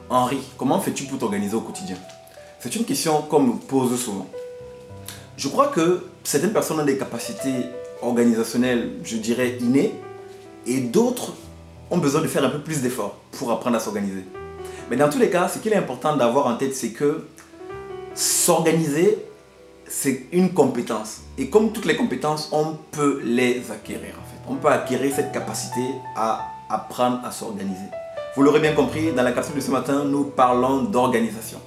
Henri, comment fais-tu pour t'organiser au quotidien? C'est une question qu'on me pose souvent. Je crois que certaines personnes ont des capacités organisationnelles, je dirais, innées, et d'autres ont besoin de faire un peu plus d'efforts pour apprendre à s'organiser. Mais dans tous les cas, ce qu'il est important d'avoir en tête, c'est que s'organiser, c'est une compétence. Et comme toutes les compétences, on peut les acquérir en fait. On peut acquérir cette capacité à apprendre à s'organiser. Vous l'aurez bien compris, dans la capsule de ce matin, nous parlons d'organisation.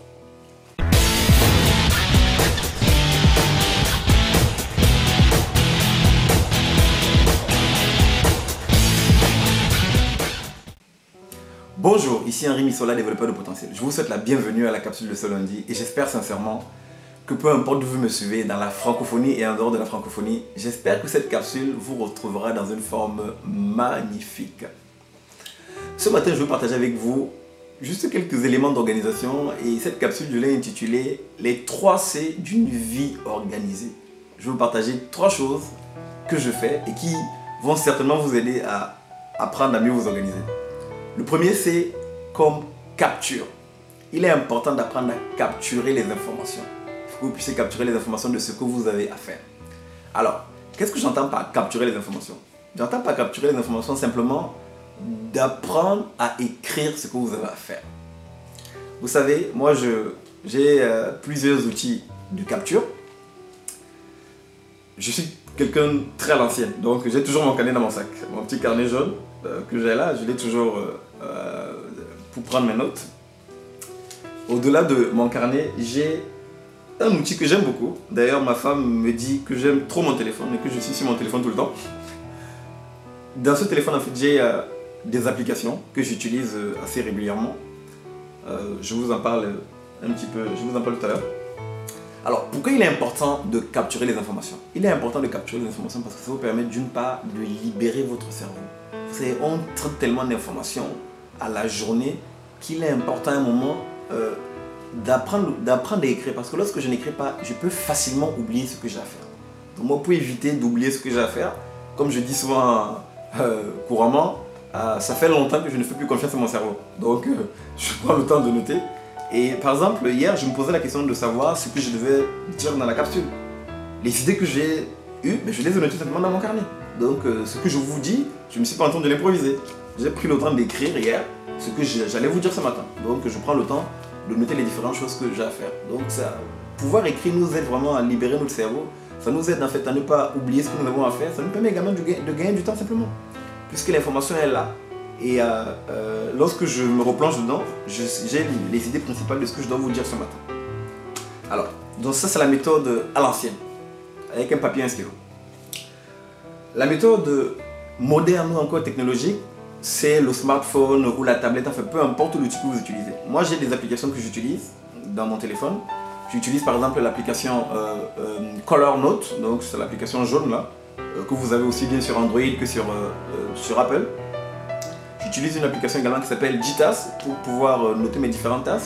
Bonjour, ici Henri Missola, développeur de potentiel. Je vous souhaite la bienvenue à la capsule de ce lundi et j'espère sincèrement que peu importe où vous me suivez, dans la francophonie et en dehors de la francophonie, j'espère que cette capsule vous retrouvera dans une forme magnifique. Ce matin, je vais partager avec vous juste quelques éléments d'organisation et cette capsule, je l'ai intitulée « Les 3 C d'une vie organisée ». Je vais vous partager 3 choses que je fais et qui vont certainement vous aider à apprendre à mieux vous organiser. Le premier, c'est comme capture. Il est important d'apprendre à capturer les informations. Il faut que vous puissiez capturer les informations de ce que vous avez à faire. Alors, qu'est-ce que j'entends par capturer les informations? J'entends par capturer les informations simplement d'apprendre à écrire ce que vous avez à faire. Vous savez, moi j'ai plusieurs outils de capture. Je suis quelqu'un de très à l'ancienne, donc j'ai toujours mon carnet dans mon sac. Mon petit carnet jaune que j'ai là, je l'ai toujours pour prendre mes notes. Au-delà de mon carnet, j'ai un outil que j'aime beaucoup. D'ailleurs, ma femme me dit que j'aime trop mon téléphone et que je suis sur mon téléphone tout le temps. Dans ce téléphone, en fait, j'ai des applications que j'utilise assez régulièrement. Je vous en parle un petit peu, je vous en parle tout à l'heure. Alors, pourquoi il est important de capturer les informations? Il est important de capturer les informations parce que ça vous permet d'une part de libérer votre cerveau. Vous savez, on traite tellement d'informations à la journée qu'il est important à un moment d'apprendre à écrire. Parce que lorsque je n'écris pas, je peux facilement oublier ce que j'ai à faire. Donc moi, pour éviter d'oublier ce que j'ai à faire, comme je dis souvent couramment, ça fait longtemps que je ne fais plus confiance à mon cerveau. Donc, je prends le temps de noter. Et par exemple, hier, je me posais la question de savoir ce que je devais dire dans la capsule. Les idées que j'ai eues, je les ai notées simplement dans mon carnet. Donc, ce que je vous dis, je ne me suis pas en train de l'improviser. J'ai pris le temps d'écrire hier ce que j'allais vous dire ce matin. Donc, je prends le temps de noter les différentes choses que j'ai à faire. Donc, pouvoir écrire nous aide vraiment à libérer notre cerveau. Ça nous aide en fait à ne pas oublier ce que nous avons à faire. Ça nous permet également de gagner du temps simplement. Puisque l'information est là. Et lorsque je me replonge dedans, j'ai les idées principales de ce que je dois vous dire ce matin. Alors, donc ça c'est la méthode à l'ancienne, avec un papier et un stylo. La méthode moderne ou encore technologique, c'est le smartphone ou la tablette, enfin peu importe l'outil que vous utilisez. Moi j'ai des applications que j'utilise dans mon téléphone. J'utilise par exemple l'application Color Note, donc c'est l'application jaune là, que vous avez aussi bien sur Android que sur Apple. J'utilise une application également qui s'appelle Gtask pour pouvoir noter mes différentes tâches.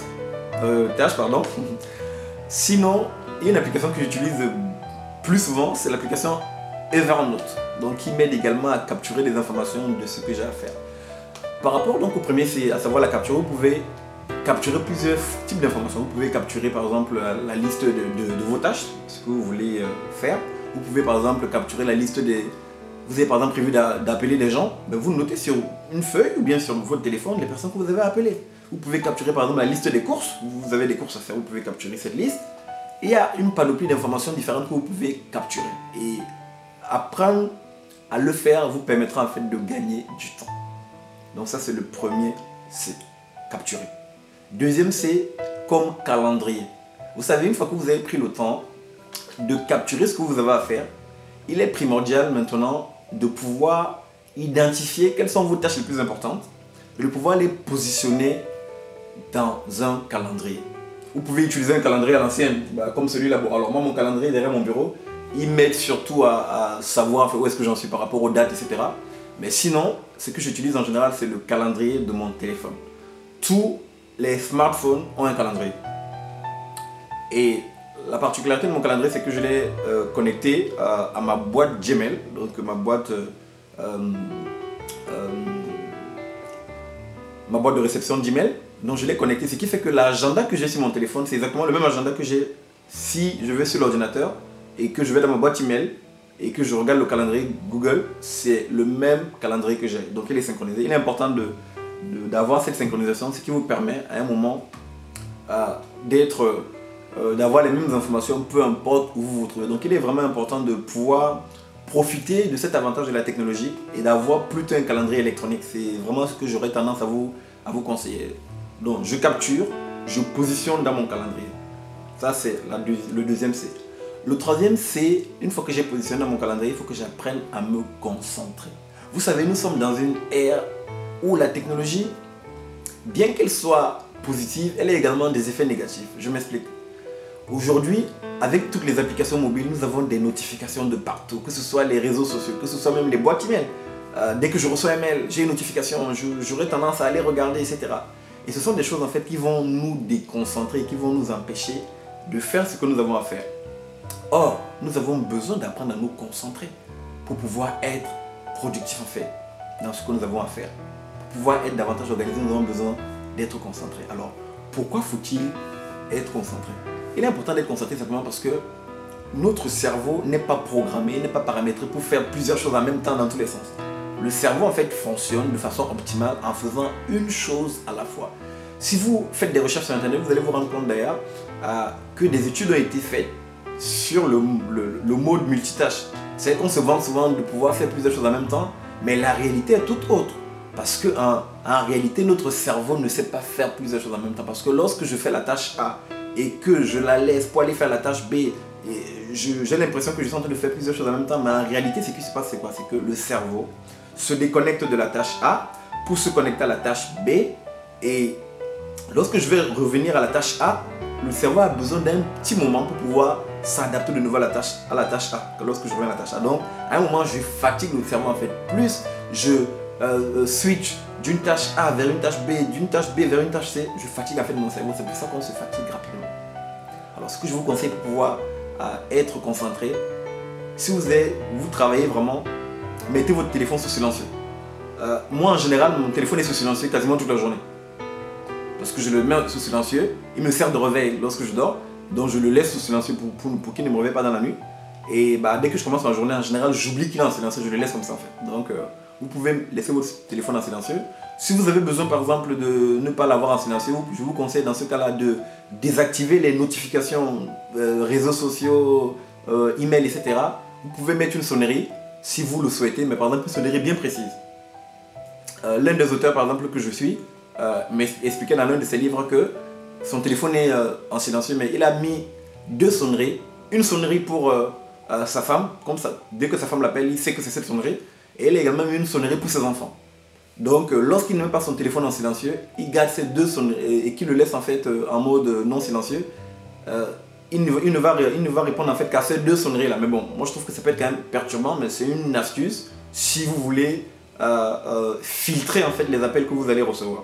Sinon, il y a une application que j'utilise plus souvent, c'est l'application Evernote, donc qui m'aide également à capturer des informations de ce que j'ai à faire. Par rapport donc au premier, c'est à savoir la capture, vous pouvez capturer plusieurs types d'informations. Vous pouvez capturer par exemple la liste de vos tâches, ce que vous voulez faire. Vous pouvez par exemple capturer la liste des... Vous avez par exemple prévu d'appeler des gens, vous notez sur une feuille ou bien sur votre téléphone les personnes que vous avez appelées. Vous pouvez capturer par exemple la liste des courses, vous avez des courses à faire, vous pouvez capturer cette liste. Et il y a une panoplie d'informations différentes que vous pouvez capturer. Et apprendre à le faire vous permettra en fait de gagner du temps. Donc ça c'est le premier, c'est capturer. Deuxième c'est comme calendrier. Vous savez, une fois que vous avez pris le temps de capturer ce que vous avez à faire, il est primordial maintenant de pouvoir identifier quelles sont vos tâches les plus importantes et de pouvoir les positionner dans un calendrier. Vous pouvez utiliser un calendrier à l'ancienne, comme celui-là. Alors moi, mon calendrier derrière mon bureau, il m'aide surtout à savoir où est-ce que j'en suis par rapport aux dates, etc. Mais sinon, ce que j'utilise en général, c'est le calendrier de mon téléphone. Tous les smartphones ont un calendrier. Et la particularité de mon calendrier, c'est que je l'ai connecté à ma boîte Gmail, donc ma boîte de réception Gmail. Donc je l'ai connecté, ce qui fait que l'agenda que j'ai sur mon téléphone, c'est exactement le même agenda que j'ai si je vais sur l'ordinateur et que je vais dans ma boîte email et que je regarde le calendrier Google, c'est le même calendrier que j'ai. Donc il est synchronisé. Il est important d'avoir cette synchronisation, ce qui vous permet à un moment d'avoir les mêmes informations, peu importe où vous vous trouvez. Donc il est vraiment important de pouvoir profiter de cet avantage de la technologie et d'avoir plutôt un calendrier électronique. C'est vraiment ce que j'aurais tendance à vous conseiller. Donc je capture, je positionne dans mon calendrier. Ça c'est le deuxième C. Le troisième C, une fois que j'ai positionné dans mon calendrier, il faut que j'apprenne à me concentrer. Vous savez, nous sommes dans une ère où la technologie, bien qu'elle soit positive, elle a également des effets négatifs. Je m'explique. Aujourd'hui, avec toutes les applications mobiles, nous avons des notifications de partout, que ce soit les réseaux sociaux, que ce soit même les boîtes email. Dès que je reçois un mail, j'ai une notification, j'aurai tendance à aller regarder, etc. Et ce sont des choses en fait qui vont nous déconcentrer, qui vont nous empêcher de faire ce que nous avons à faire. Or, nous avons besoin d'apprendre à nous concentrer pour pouvoir être productif en fait dans ce que nous avons à faire. Pour pouvoir être davantage organisé, nous avons besoin d'être concentrés. Alors, pourquoi faut-il être concentré? Il est important d'être concentré simplement parce que notre cerveau n'est pas programmé, n'est pas paramétré pour faire plusieurs choses en même temps dans tous les sens. Le cerveau en fait fonctionne de façon optimale en faisant une chose à la fois. Si vous faites des recherches sur internet, vous allez vous rendre compte d'ailleurs que des études ont été faites sur le mode multitâche. C'est qu'on se vante souvent de pouvoir faire plusieurs choses en même temps, mais la réalité est toute autre. Parce que en réalité, notre cerveau ne sait pas faire plusieurs choses en même temps. Parce que lorsque je fais la tâche A et que je la laisse pour aller faire la tâche B, j'ai l'impression que je suis en train de faire plusieurs choses en même temps, mais en réalité, ce qui se passe, c'est quoi? C'est que le cerveau se déconnecte de la tâche A pour se connecter à la tâche B. Et lorsque je vais revenir à la tâche A, le cerveau a besoin d'un petit moment pour pouvoir s'adapter de nouveau à la tâche A, lorsque je reviens à la tâche A. Donc, à un moment, je fatigue le cerveau en fait. Plus je switch d'une tâche A vers une tâche B, d'une tâche B vers une tâche C, je fatigue en fait mon cerveau. C'est pour ça qu'on se fatigue rapidement. Alors, ce que je vous conseille pour pouvoir être concentré, si vous travaillez vraiment, mettez votre téléphone sous silencieux. Moi, en général, mon téléphone est sous silencieux quasiment toute la journée. Parce que je le mets sous silencieux, il me sert de réveil lorsque je dors, donc je le laisse sous silencieux pour qu'il ne me réveille pas dans la nuit. Et dès que je commence ma journée, en général, j'oublie qu'il est en silencieux, je le laisse comme ça en fait. Donc, vous pouvez laisser votre téléphone en silencieux. Si vous avez besoin par exemple de ne pas l'avoir en silencieux, je vous conseille dans ce cas-là de désactiver les notifications réseaux sociaux, email, etc. Vous pouvez mettre une sonnerie si vous le souhaitez, mais par exemple une sonnerie bien précise. L'un des auteurs par exemple que je suis m'expliquait dans l'un de ses livres que son téléphone est en silencieux, mais il a mis deux sonneries. Une sonnerie pour sa femme, comme ça, dès que sa femme l'appelle, il sait que c'est cette sonnerie. Et il a également mis une sonnerie pour ses enfants. Donc lorsqu'il ne met pas son téléphone en silencieux, il garde ces deux sonneries et qu'il le laisse en fait en mode non silencieux. Il ne va répondre en fait qu'à ces deux sonneries là. Mais bon, moi je trouve que ça peut être quand même perturbant, mais c'est une astuce si vous voulez filtrer en fait les appels que vous allez recevoir.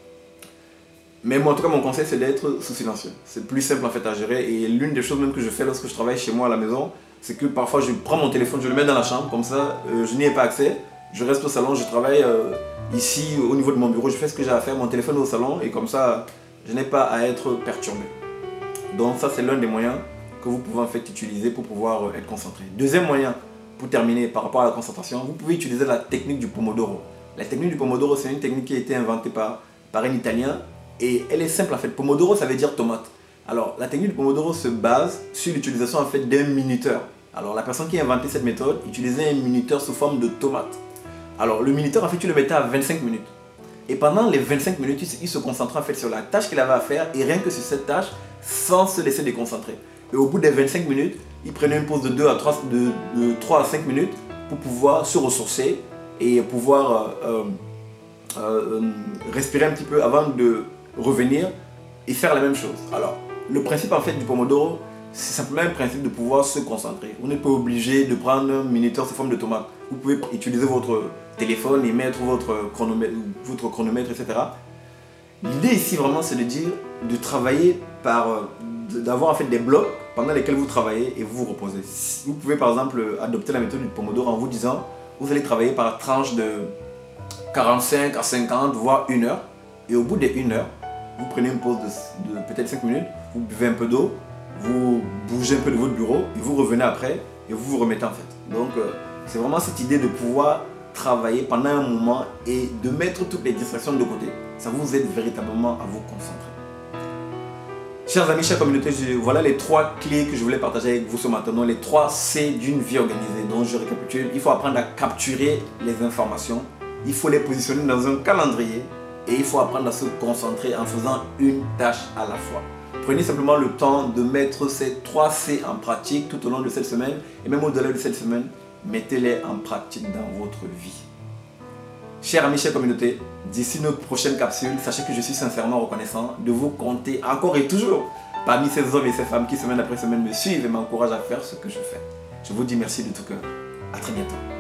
Mais moi en tout cas mon conseil c'est d'être sous silencieux. C'est plus simple en fait à gérer et l'une des choses même que je fais lorsque je travaille chez moi à la maison, c'est que parfois je prends mon téléphone, je le mets dans la chambre, comme ça je n'y ai pas accès. Je reste au salon, je travaille ici au niveau de mon bureau, je fais ce que j'ai à faire, mon téléphone est au salon et comme ça je n'ai pas à être perturbé. Donc ça c'est l'un des moyens que vous pouvez en fait utiliser pour pouvoir être concentré. Deuxième moyen, pour terminer par rapport à la concentration, vous pouvez utiliser la technique du Pomodoro. La technique du Pomodoro c'est une technique qui a été inventée par un Italien et elle est simple en fait. Pomodoro ça veut dire tomate. Alors la technique du Pomodoro se base sur l'utilisation en fait d'un minuteur. Alors la personne qui a inventé cette méthode utilisait un minuteur sous forme de tomate. Alors le minuteur en fait tu le mettais à 25 minutes. Et pendant les 25 minutes il se concentrait en fait sur la tâche qu'il avait à faire et rien que sur cette tâche sans se laisser déconcentrer. Et au bout des 25 minutes, il prenait une pause de 3 à 5 minutes pour pouvoir se ressourcer et pouvoir respirer un petit peu avant de revenir et faire la même chose. Alors, le principe en fait du Pomodoro, c'est simplement un principe de pouvoir se concentrer. Vous n'êtes pas obligé de prendre un minuteur sous forme de tomate. Vous pouvez utiliser votre téléphone et mettre votre chronomètre, etc. L'idée ici vraiment c'est de dire de travailler d'avoir en fait des blocs pendant lesquels vous travaillez et vous vous reposez. Vous pouvez par exemple adopter la méthode du Pomodoro en vous disant vous allez travailler par tranche de 45 à 50 voire 1 heure et au bout des 1 heure vous prenez une pause de peut-être 5 minutes, vous buvez un peu d'eau, vous bougez un peu de votre bureau et vous revenez après et vous vous remettez en fait. Donc c'est vraiment cette idée de pouvoir travailler pendant un moment et de mettre toutes les distractions de côté. Ça vous aide véritablement à vous concentrer. Chers amis, chers communautés, voilà les 3 clés que je voulais partager avec vous ce matin. Donc, les 3 C d'une vie organisée. Donc je récapitule. Il faut apprendre à capturer les informations. Il faut les positionner dans un calendrier. Et il faut apprendre à se concentrer en faisant une tâche à la fois. Prenez simplement le temps de mettre ces 3 C en pratique tout au long de cette semaine. Et même au-delà de cette semaine, mettez-les en pratique dans votre vie. Chers amis, chers communautés, d'ici notre prochaine capsule, sachez que je suis sincèrement reconnaissant de vous compter encore et toujours parmi ces hommes et ces femmes qui semaine après semaine me suivent et m'encouragent à faire ce que je fais. Je vous dis merci de tout cœur. À très bientôt.